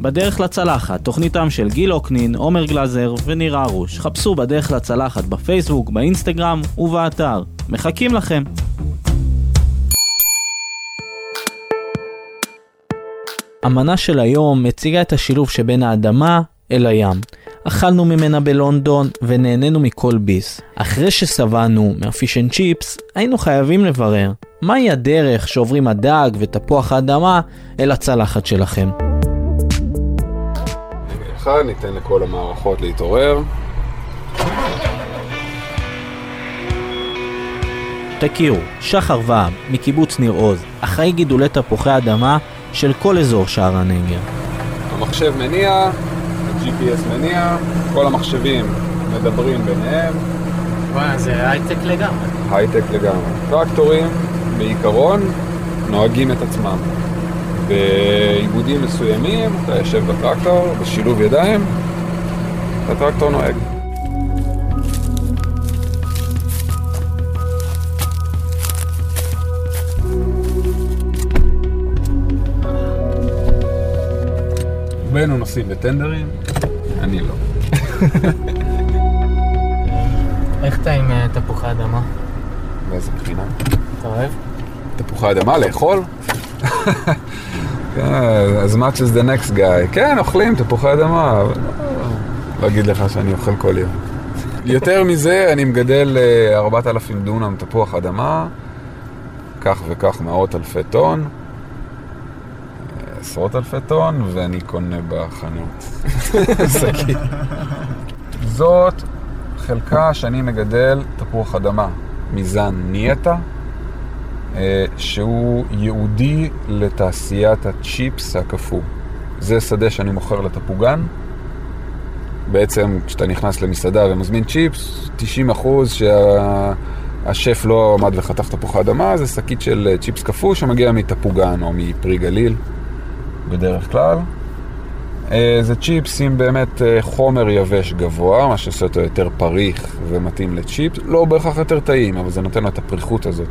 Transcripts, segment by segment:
בדרך לצלחת, תוכניתם של גיל אוקנין, עומר גלזר וניר ארוש. חפשו בדרך לצלחת בפייסבוק, באינסטגרם ובאתר. מחכים לכם. המנה של היום מציגה את השילוב שבין האדמה אל הים. אכלנו ממנה בלונדון ונהנינו מכל ביס. אחרי שסבנו מהפיש אנד צ'יפס, היינו חייבים לברר מהי הדרך שעוברים הדג ותפוח האדמה אל הצלחת שלכם. אחד, ניתן לכל המערכות להתעורר. תכירו, שחר ועם מקיבוץ ניר עוז, אחראי גידולי תפוחי אדמה של כל אזור שער הנגב. המחשב מניע, ה-GPS מניע, כל המחשבים מדברים ביניהם. וואי, זה הייטק לגמרי. הייטק לגמרי. טרקטורים, בעיקרון, נוהגים את עצמם. בעיבודים מסוימים, אתה יושב בטרקטור, בשילוב ידיים, הטרקטור נוהג. רובנו נוסעים בטנדרים, אני לא. איך אתה עם תפוחי אדמה? באיזה בחינה? אתה אוהב? תפוחי אדמה, לאכול? As much as the next guy. כן, אוכלים תפוחי אדמה. לא אגיד לך שאני אוכל כל יום. יותר מזה, אני מגדל 4,000 דונם תפוח אדמה, כך וכך מאות אלפי טון, עשרות אלפי טון, ואני קונה בחנות. שקית. זאת חלקה שאני מגדל תפוח אדמה מזן ניאטה, שהוא יהודי לתעשיית הצ'יפס הקפוא. זה שדה שאני מוכר לתפוגן. בעצם כשאתה נכנס למסעדה ומזמין צ'יפס, 90% שהשף לא עמד וחתך תפוח אדמה, זה שקית של צ'יפס קפוא שמגיע מתפוגן או מפרי גליל בדרך כלל. זה צ'יפס עם באמת חומר יבש גבוה, מה שעושה אותו יותר פריך ומתאים לצ'יפס. לא בהכרח יותר טעים, אבל זה נותן לו את הפריחות הזאת.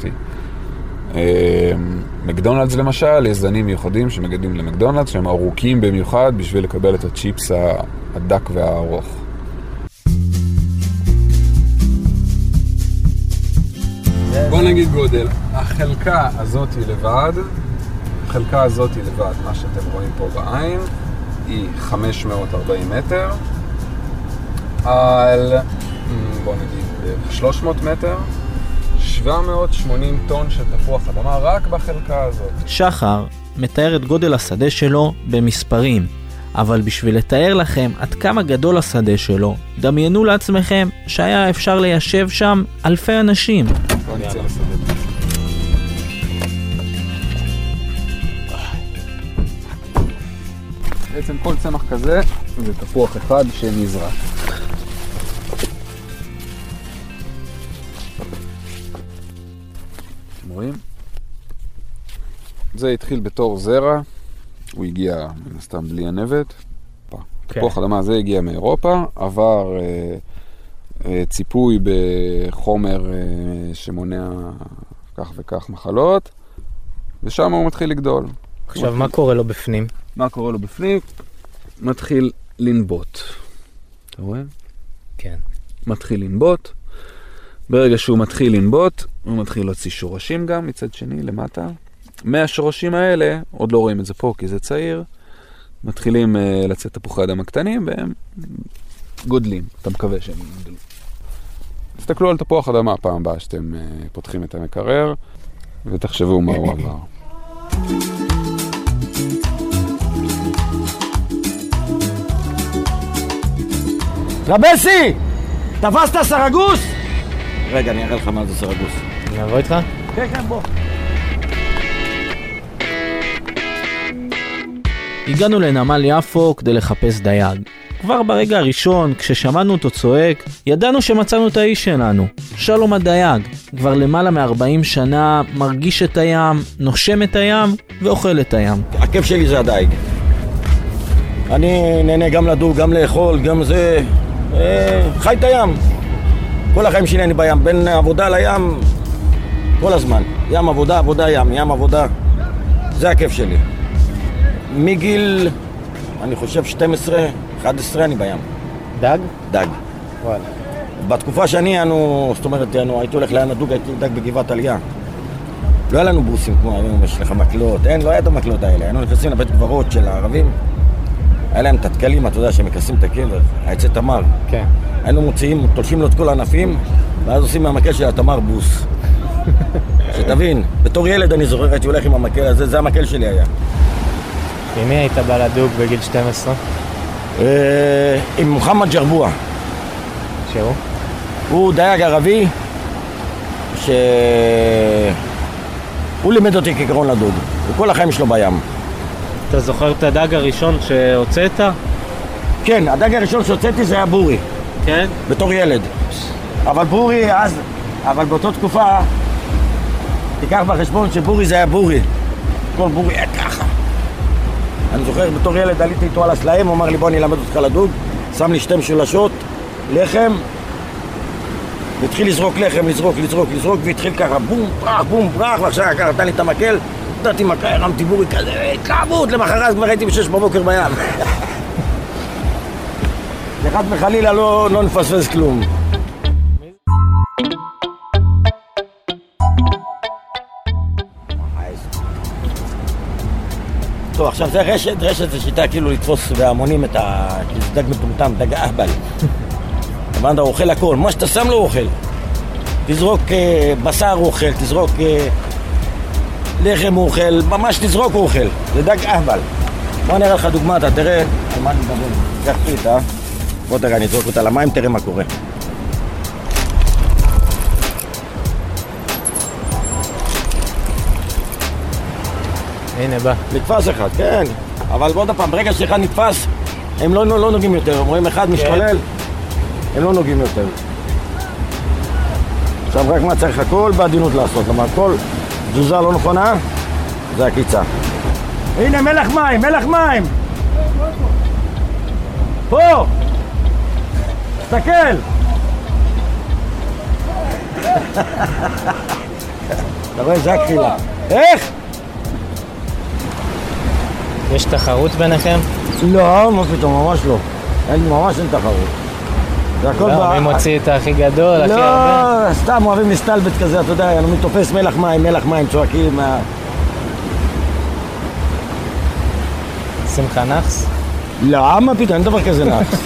מקדונלדס למשל, יש זנים מיוחדים שמגדלים למקדונלדס, שהם ארוכים במיוחד בשביל לקבל את הצ'יפס הדק והארוך. בוא נגיד גודל, החלקה הזאת היא לבד, מה שאתם רואים פה בעין, היא 540 מטר, על, בוא נגיד, 300 מטר, 780 טון של תפוח אדמה רק בחלקה הזאת. שחר מתאר את גודל השדה שלו במספרים, אבל בשביל לתאר לכם עד כמה גדול השדה שלו, דמיינו לעצמכם שהיה אפשר ליישב שם אלפי אנשים. בוא נצא לשדה. בעצם כל צמח כזה זה תפוח אחד שנזרק. אתם רואים? זה התחיל בתור זרע, הוא הגיע מן הסתם בלי הנבט. תפוח אדמה הזה הגיע מאירופה, עבר ציפוי בחומר שמונע כך וכך מחלות, ושם הוא מתחיל לגדול. עכשיו, מה קורה לו בפנים? מה קורה לו בפנים? מתחיל לנבוט. אתה רואה? כן. מתחיל לנבוט. ברגע שהוא מתחיל לנבוט, הוא מתחיל להוציא שורשים גם מצד שני למטה. מהשורשים האלה, עוד לא רואים את זה פה כי זה צעיר, מתחילים לצאת תפוחי אדמה קטנים והם גודלים. אתה מקווה שהם גדלו. תסתכלו על תפוח אדמה פעם הבאה שאתם פותחים את המקרר ותחשבו מה הוא עבר. רבסי! תפסת סרגוס? רגע, אני אראה לך מה זה סרגוס. אני אבוא איתך? כן, בוא. הגענו לנמל יפו כדי לחפש דייג. כבר ברגע הראשון, כששמענו אותו צועק, ידענו שמצאנו את האיש שלנו. שלום הדייג, כבר למעלה מ-40 שנה מרגיש את הים, נושם את הים ואוכל את הים. הכיף שלי זה הדייג. אני נהנה גם לדוג, גם לאכול, גם זה... חי את הים. כל החיים שלי אני בים, בין עבודה לים, כל הזמן. ים עבודה, עבודה ים, ים עבודה. זה הכיף שלי. מגיל אני חושב 12, 11 אני בים. דג? דג. וואלה. בתקופה שאני, זאת אומרת, הייתי הולך לעין הדוג, הייתי דג בגבעת עלייה. לא היה לנו בוסים כמו היום, יש לך מקלות, לא היה את המקלות האלה. היינו נכנסים לבית גברות של הערבים, היה להם את התקלים, אתה יודע, שהם מכסים את הקבר, העצי תמר. כן. היינו מוציאים, תולשים לו את כל הענפים, ואז עושים מהמקל של התמר בוס. שתבין, בתור ילד אני זוכר, הייתי הולך עם המקל הזה, זה המקל שלי היה. עם מי היית בא לדוג בגיל 12? עם מוחמד ג'רבוע. שהוא? הוא דייג ערבי, שהוא לימד אותי כעיקרון לדוג, וכל החיים שלו בים. אתה זוכר את הדג הראשון שהוצאת? כן, הדג הראשון שהוצאתי זה היה בורי. כן? בתור ילד. אבל בורי אז, אבל באותה תקופה, תיקח בחשבון שבורי זה היה בורי. כל בורי היה ככה. אני זוכר, בתור ילד עליתי איתו על הסלעים, הוא אמר לי בוא אני אלמד אותך לדוג, שם לי 2 משולשות, לחם, והתחיל לזרוק לחם, לזרוק, והתחיל ככה בום פרח, ועכשיו ככה נתן לי את המקל, נתתי מכה, הרמתי בורי כזה, התלהבות, למחרת כבר הייתי ב6 בבוקר בים. אחד וחלילה לא נפספס כלום. טוב, עכשיו זה רשת זה שיטה כאילו לתפוס בהמונים את כי זה דג מטומטם, דג אהבל. הבנת, הוא אוכל הכל, מה שאתה שם לו הוא אוכל. תזרוק בשר הוא אוכל, תזרוק לחם הוא אוכל, ממש תזרוק הוא אוכל. זה דג אהבל. בוא נראה לך דוגמה, אתה תראה על מה אני מדבר. קח פיתה, בוא תראה, אני אזרוק אותה למים, תראה מה קורה. הנה בא. נתפס אחד, כן. אבל עוד פעם, ברגע שאחד נתפס, הם לא נוגעים יותר. הם רואים אחד משתולל, הם לא נוגעים יותר. עכשיו רק מה צריך הכל בעדינות לעשות. למה כל תזוזה לא נכונה, זה הקיצה. הנה מלח מים! פה! תסתכל! אתה רואה, זה הקחילה. איך? יש תחרות ביניכם? לא, מה פתאום, ממש לא. ממש אין תחרות. זה הכל לא, מי מוציא את הכי גדול, הכי הרבה? לא, סתם אוהבים להסתלבט כזה, אתה יודע, אני תופס מלח מים, צועקים. שמחה נחס? לא, מה פתאום, אין דבר כזה נחס.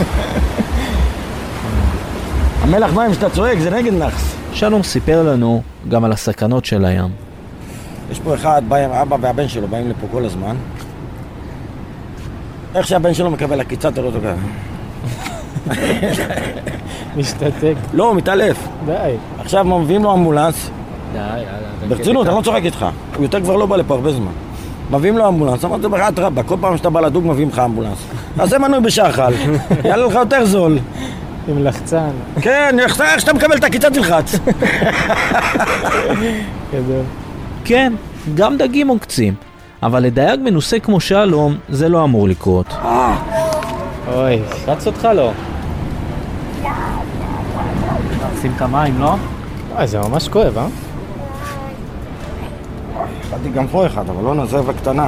המלח מים שאתה צועק זה נגד נחס. שלום סיפר לנו גם על הסכנות של הים. יש פה אחד, אבא והבן שלו באים לפה כל הזמן. איך שהבן שלו מקבל הקיצה, תראו אותו ככה. משתתק. לא, הוא מתעלף. די. עכשיו מביאים לו אמבולנס. די, יאללה. ברצינות, אני לא צוחק איתך. הוא יותר כבר לא בא לפה הרבה זמן. מביאים לו אמבולנס, אמרתי לו בחייאת רבאק, כל פעם שאתה בא לדוג מביאים לך אמבולנס. אז זה מנוי בשחל, יעלה לך יותר זול. עם לחצן. כן, איך שאתה מקבל את הקיצה תלחץ. גדול. כן, גם דגים עוקצים, אבל לדייג מנוסה כמו שלום זה לא אמור לקרות. אוי, רץ אותך לא. שים את המים, לא? וואי, זה ממש כואב, אה? חדתי גם פה אחד, אבל לא נעזב הקטנה.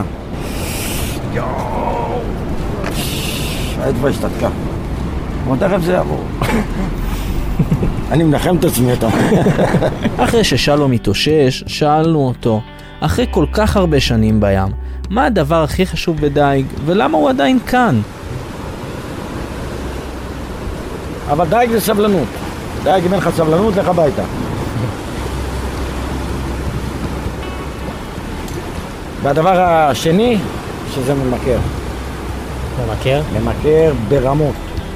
האצבע השתתקה. אבל תכף זה יעבור. אני מנחם את עצמי אותם. אחרי ששלום התאושש, שאלנו אותו, אחרי כל כך הרבה שנים בים, מה הדבר הכי חשוב בדייג ולמה הוא עדיין כאן? אבל דייג זה סבלנות. דייג אם אין לך סבלנות, לך הביתה. והדבר השני, שזה ממכר. ממכר? ממכר ברמות.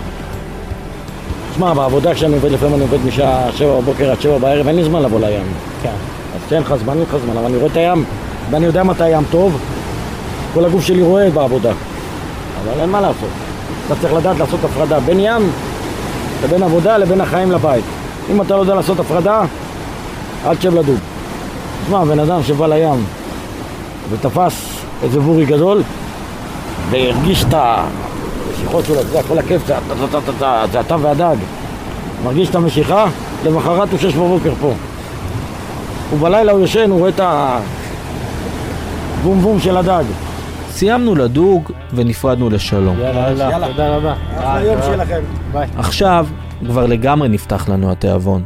תשמע, בעבודה כשאני עובד, לפעמים אני עובד משעה 7 בבוקר עד 7 בערב, אין לי זמן לבוא לים. כן. אז כן, לך זמן, אבל אני רואה את הים, ואני יודע מתי הים טוב, כל הגוף שלי רואה בעבודה. אבל אין מה לעשות. אתה צריך לדעת לעשות הפרדה בין ים לבין עבודה לבין החיים לבית. אם אתה לא יודע לעשות הפרדה, אל תשב לדוג. תשמע, בן אדם שבא לים ותפס איזה בורי גדול והרגיש את המשיכות שלו, זה כל הכיף, זה אתה והדג. מרגיש את המשיכה, למחרת הוא 6 בבוקר פה. ובלילה הוא יושן, הוא רואה את הבום בום של הדג. סיימנו לדוג ונפרדנו לשלום. יאללה, תודה רבה. היום שיהיה לכם. ביי. עכשיו כבר לגמרי נפתח לנו התיאבון.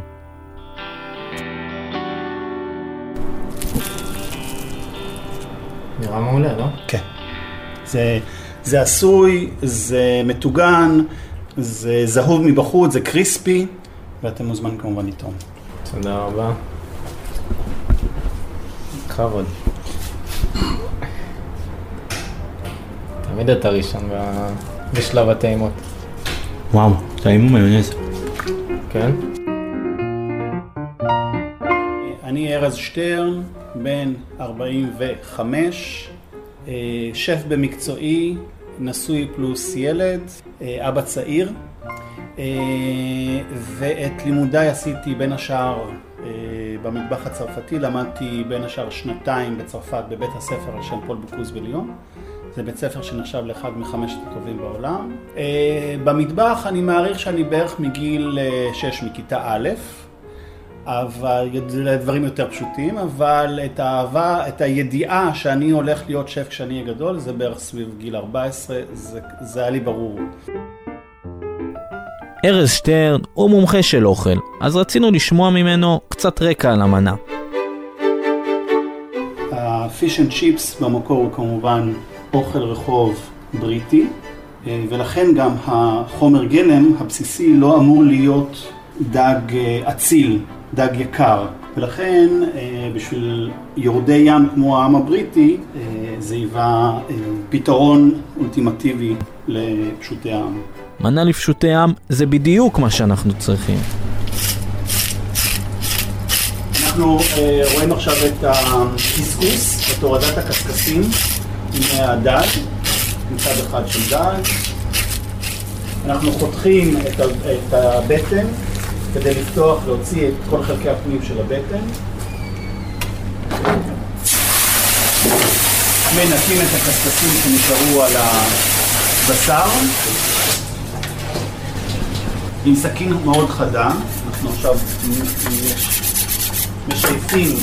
נראה מעולה, לא? כן. זה עשוי, זה מטוגן, זה זהוב מבחוץ, זה קריספי, ואתם מוזמנים כמובן לתרום. תודה רבה. כבוד. תמיד אתה ראשון בשלב הטעימות. וואו, טעים ומיונז. כן? אני ארז שטרן, בן 45, שף במקצועי, נשוי פלוס ילד, אבא צעיר, ואת לימודיי עשיתי בין השאר במטבח הצרפתי, למדתי בין השאר 2 בצרפת בבית הספר על שם פול בוקוז בליון. זה בית ספר שנחשב לאחד מ5 הטובים בעולם. במטבח אני מעריך שאני בערך מגיל 6 מכיתה א', אבל זה דברים יותר פשוטים, אבל את האהבה, את הידיעה שאני הולך להיות שף כשאני אהיה גדול, זה בערך סביב גיל 14, זה היה לי ברור. ארז שטרן הוא מומחה של אוכל, אז רצינו לשמוע ממנו קצת רקע על המנה. הפיש אנד צ'יפס במקור הוא כמובן אוכל רחוב בריטי, ולכן גם החומר גלם הבסיסי לא אמור להיות דג אציל, דג יקר. ולכן בשביל יורדי ים כמו העם הבריטי, זה היווה פתרון אולטימטיבי לפשוטי העם. מנה לפשוטי עם זה בדיוק מה שאנחנו צריכים. אנחנו רואים עכשיו את הקסקוס, את הורדת הקסקסים מהדג, מצד אחד של דג. אנחנו חותכים את הבטן כדי לפתוח, להוציא את כל חלקי הפנים של הבטן. מנקים את הקסקסים שנשארו על הבשר. עם סכין מאוד חדה, אנחנו עכשיו משייפים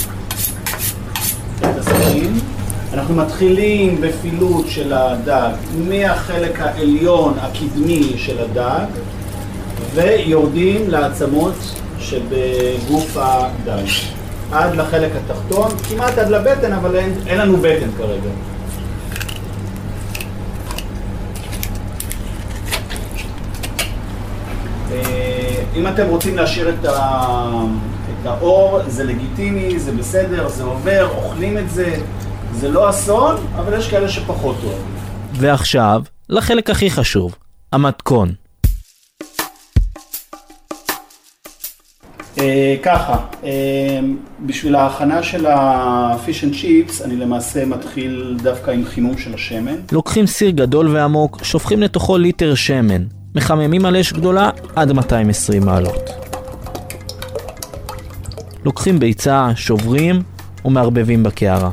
את הסכין. אנחנו מתחילים בפילוט של הדג מהחלק העליון הקדמי של הדג ויורדים לעצמות שבגוף הדג עד לחלק התחתון, כמעט עד לבטן, אבל אין לנו בטן כרגע. אם אתם רוצים להשאיר את האור, זה לגיטימי, זה בסדר, זה עובר, אוכלים את זה, זה לא אסון, אבל יש כאלה שפחות טוב. ועכשיו, לחלק הכי חשוב, המתכון. ככה, בשביל ההכנה של הפיש אנד צ'יפס, אני למעשה מתחיל דווקא עם חימום של השמן. לוקחים סיר גדול ועמוק, שופכים לתוכו ליטר שמן. מחממים על אש גדולה עד 220 מעלות. לוקחים ביצה, שוברים ומערבבים בקערה.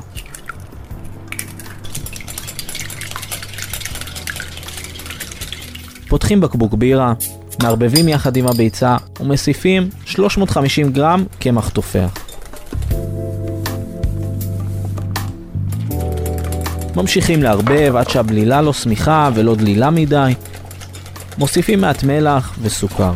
פותחים בקבוק בירה, מערבבים יחד עם הביצה ומוסיפים 350 גרם קמח תופח. ממשיכים לערבב עד שהבלילה לא סמיכה ולא דלילה מדי. מוסיפים מעט מלח וסוכר.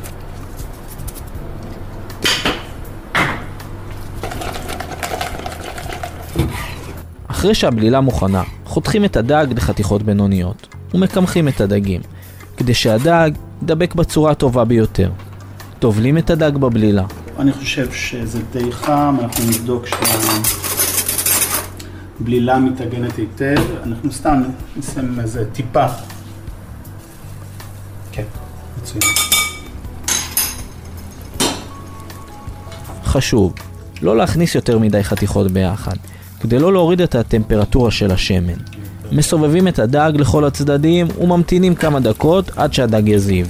אחרי שהבלילה מוכנה, חותכים את הדג לחתיכות בינוניות ומקמחים את הדגים, כדי שהדג ידבק בצורה הטובה ביותר. טובלים את הדג בבלילה. אני חושב שזה די חם, אנחנו נבדוק שהבלילה מתאגנת היטב. אנחנו סתם נשים איזה טיפה. כן, מצוין. חשוב, לא להכניס יותר מדי חתיכות ביחד, כדי לא להוריד את הטמפרטורה של השמן. מסובבים את הדג לכל הצדדים וממתינים כמה דקות עד שהדג יזיב.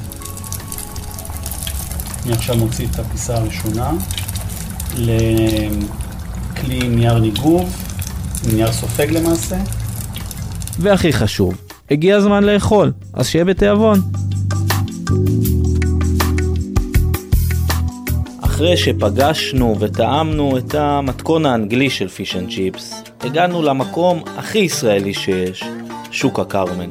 אני עכשיו מוציא את הפיסה הראשונה לכלי נייר ניגוב, נייר סופג למעשה. והכי חשוב, הגיע הזמן לאכול, אז שיהיה בתיאבון. אחרי שפגשנו וטעמנו את המתכון האנגלי של פיש אנד צ'יפס, הגענו למקום הכי ישראלי שיש, שוק הכרמל.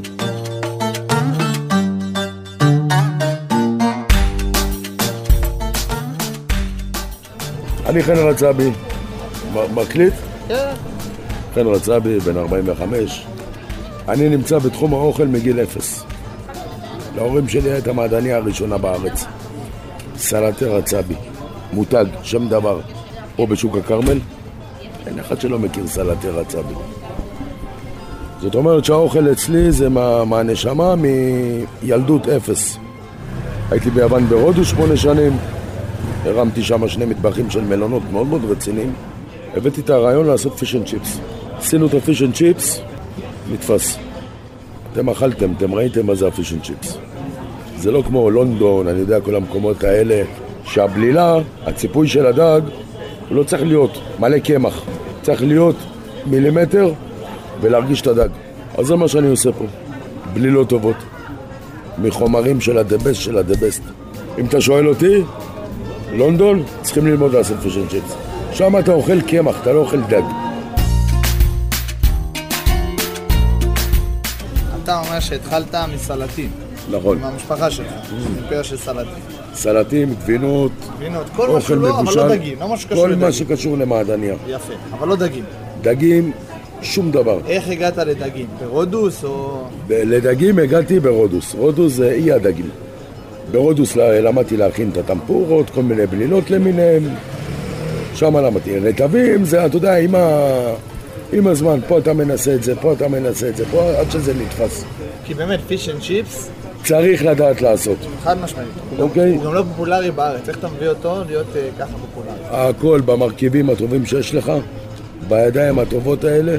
אני חן רצבי, מקליט? כן. חן רצבי, בן 45. אני נמצא בתחום האוכל מגיל 0. להורים שלי הייתה המעדניה הראשונה בארץ. סלטי רצבי, מותג, שם דבר, פה בשוק הכרמל. אין אחד שלא מכיר סלטי רצבי. זאת אומרת שהאוכל אצלי זה מהנשמה מילדות 0. הייתי ביוון ברודוס 8 שנים. הרמתי שם 2 מטבחים של מלונות מאוד מאוד רציניים. הבאתי את הרעיון לעשות פיש אנד צ'יפס. עשינו את הפיש אנד צ'יפס, נתפס. אתם אכלתם, אתם ראיתם מה זה הפיש אנד צ'יפס. זה לא כמו לונדון, אני יודע, כל המקומות האלה, שהבלילה, הציפוי של הדג, הוא לא צריך להיות מלא קמח. צריך להיות מילימטר ולהרגיש את הדג. אז זה מה שאני עושה פה. בלילות טובות. מחומרים של הדבסט של הדבסט. אם אתה שואל אותי, לונדון, צריכים ללמוד לעשות פיש אנד צ'יפס. שם אתה אוכל קמח, אתה לא אוכל דג. אתה אומר שהתחלת מסלטים. נכון. עם המשפחה שלך, אימפריה של סלטים. סלטים, גבינות, כל מה שלא, אבל לא דגים, לא מה שקשור לדגים. כל מה שקשור למעדניה. יפה, אבל לא דגים. דגים, שום דבר. איך הגעת לדגים? ברודוס או... לדגים הגעתי ברודוס. רודוס זה אי הדגים. ברודוס למדתי להכין את הטמפורות, כל מיני בלילות למיניהם. שם למדתי. רטבים זה, אתה יודע, עם הזמן, פה אתה מנסה את זה, פה אתה מנסה את זה, פה עד שזה נתפס. כי באמת, פיש אנד צ'יפס... צריך לדעת לעשות. חד משמעית. אוקיי? הוא גם לא פופולרי בארץ. איך אתה מביא אותו להיות ככה פופולרי? הכל במרכיבים הטובים שיש לך, בידיים הטובות האלה.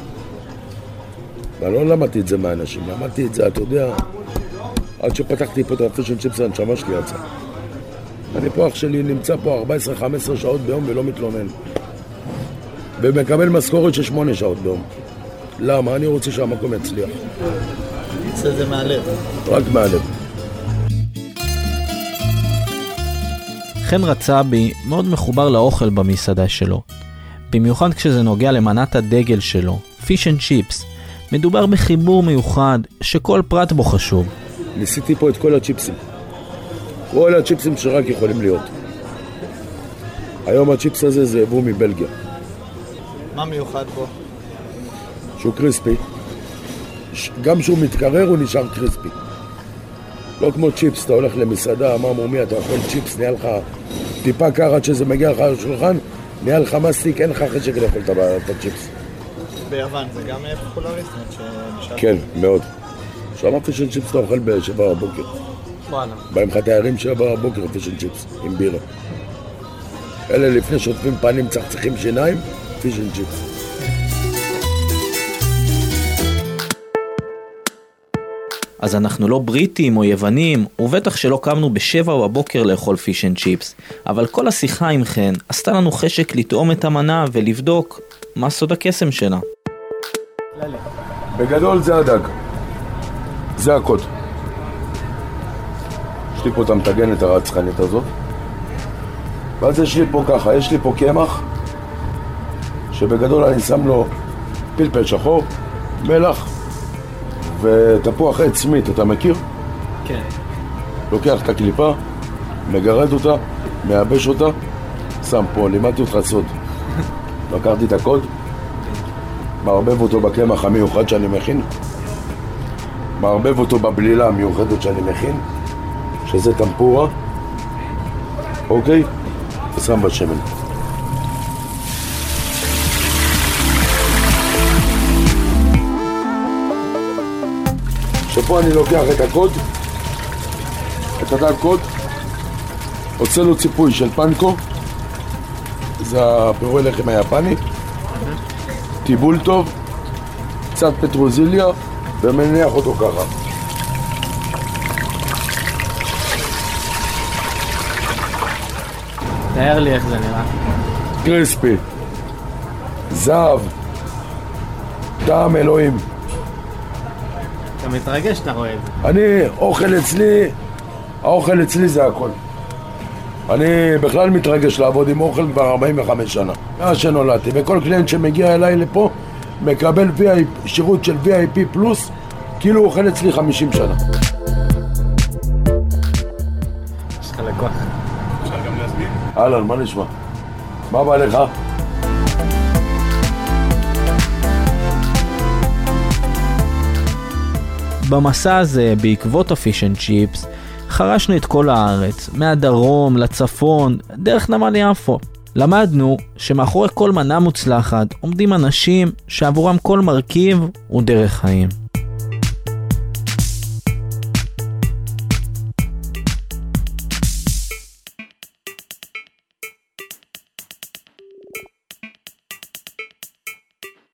אני לא למדתי את זה מהאנשים, למדתי את זה, אתה יודע, עד שפתחתי פה את הפיש אנד צ'יפס, הנשמה שלי יצא. אני פה, אח שלי נמצא פה 14-15 שעות ביום ולא מתלונן. ומקבל משכורת של 8 שעות ביום. למה? אני רוצה שהמקום יצליח. יצא זה מהלב. רק מהלב. חן רצבי מאוד מחובר לאוכל במסעדה שלו. במיוחד כשזה נוגע למנת הדגל שלו, פיש אנד צ'יפס. מדובר בחיבור מיוחד שכל פרט בו חשוב. ניסיתי פה את כל הצ'יפסים. כל הצ'יפסים שרק יכולים להיות. היום הצ'יפס הזה זה יבוא מבלגיה. מה מיוחד בו? שהוא קריספי. גם שהוא מתקרר הוא נשאר קריספי. לא כמו צ'יפס, אתה הולך למסעדה, מה מומי, אתה אוכל צ'יפס, נהיה לך טיפה קר עד שזה מגיע לך לשולחן, נהיה לך מסטיק, אין לך חשק לאכול את הצ'יפס. ביוון זה גם פופולרי? כן, מאוד. שם פיש אנד צ'יפס אתה אוכל ב7 בבוקר. וואלה. באים לך תיירים 7 בבוקר פיש אנד צ'יפס, עם בירה. אלה לפני שוטפים פנים, צחצחים שיניים, פיש אנד צ'יפס. אז אנחנו לא בריטים או יוונים, ובטח שלא קמנו ב7 בבוקר לאכול פיש אנד צ'יפס. אבל כל השיחה עם חן עשתה לנו חשק לטעום את המנה ולבדוק מה סוד הקסם שלה. בגדול זה הדג. זה הקוד. יש לי פה את המתגנת הרצחנית הזאת. ואז יש לי פה ככה, יש לי פה קמח, שבגדול אני שם לו פלפל שחור, מלח, ותפוח עץ צמית, אתה מכיר? כן. לוקח את הקליפה, מגרד אותה, מייבש אותה, שם פה, לימדתי אותך סוד. לקחתי את הקוד, מערבב אותו בקמח המיוחד שאני מכין, מערבב אותו בבלילה המיוחדת שאני מכין, שזה טמפורה, אוקיי? ושם בשמן. שפה אני לוקח את הקוד, את הדג קוד, עושה לו ציפוי של פנקו, זה הפירורי לחם היפני, טיבול טוב, קצת פטרוזיליה, ומניח אותו ככה. תאר לי איך זה נראה. קריספי, זהב, טעם אלוהים. אתה מתרגש שאתה רואה את זה. אני, האוכל אצלי זה הכל. אני בכלל מתרגש לעבוד עם אוכל כבר 45 שנה. מאז שנולדתי, וכל קליינט שמגיע אליי לפה, מקבל שירות של VIP פלוס, כאילו הוא אוכל אצלי 50 שנה. יש לך לקוח. אפשר גם להסביר? אהלן, מה נשמע? מה בא לך? במסע הזה, בעקבות הפיש אנד צ'יפס, חרשנו את כל הארץ, מהדרום לצפון, דרך נמל יפו. למדנו שמאחורי כל מנה מוצלחת עומדים אנשים שעבורם כל מרכיב הוא דרך חיים.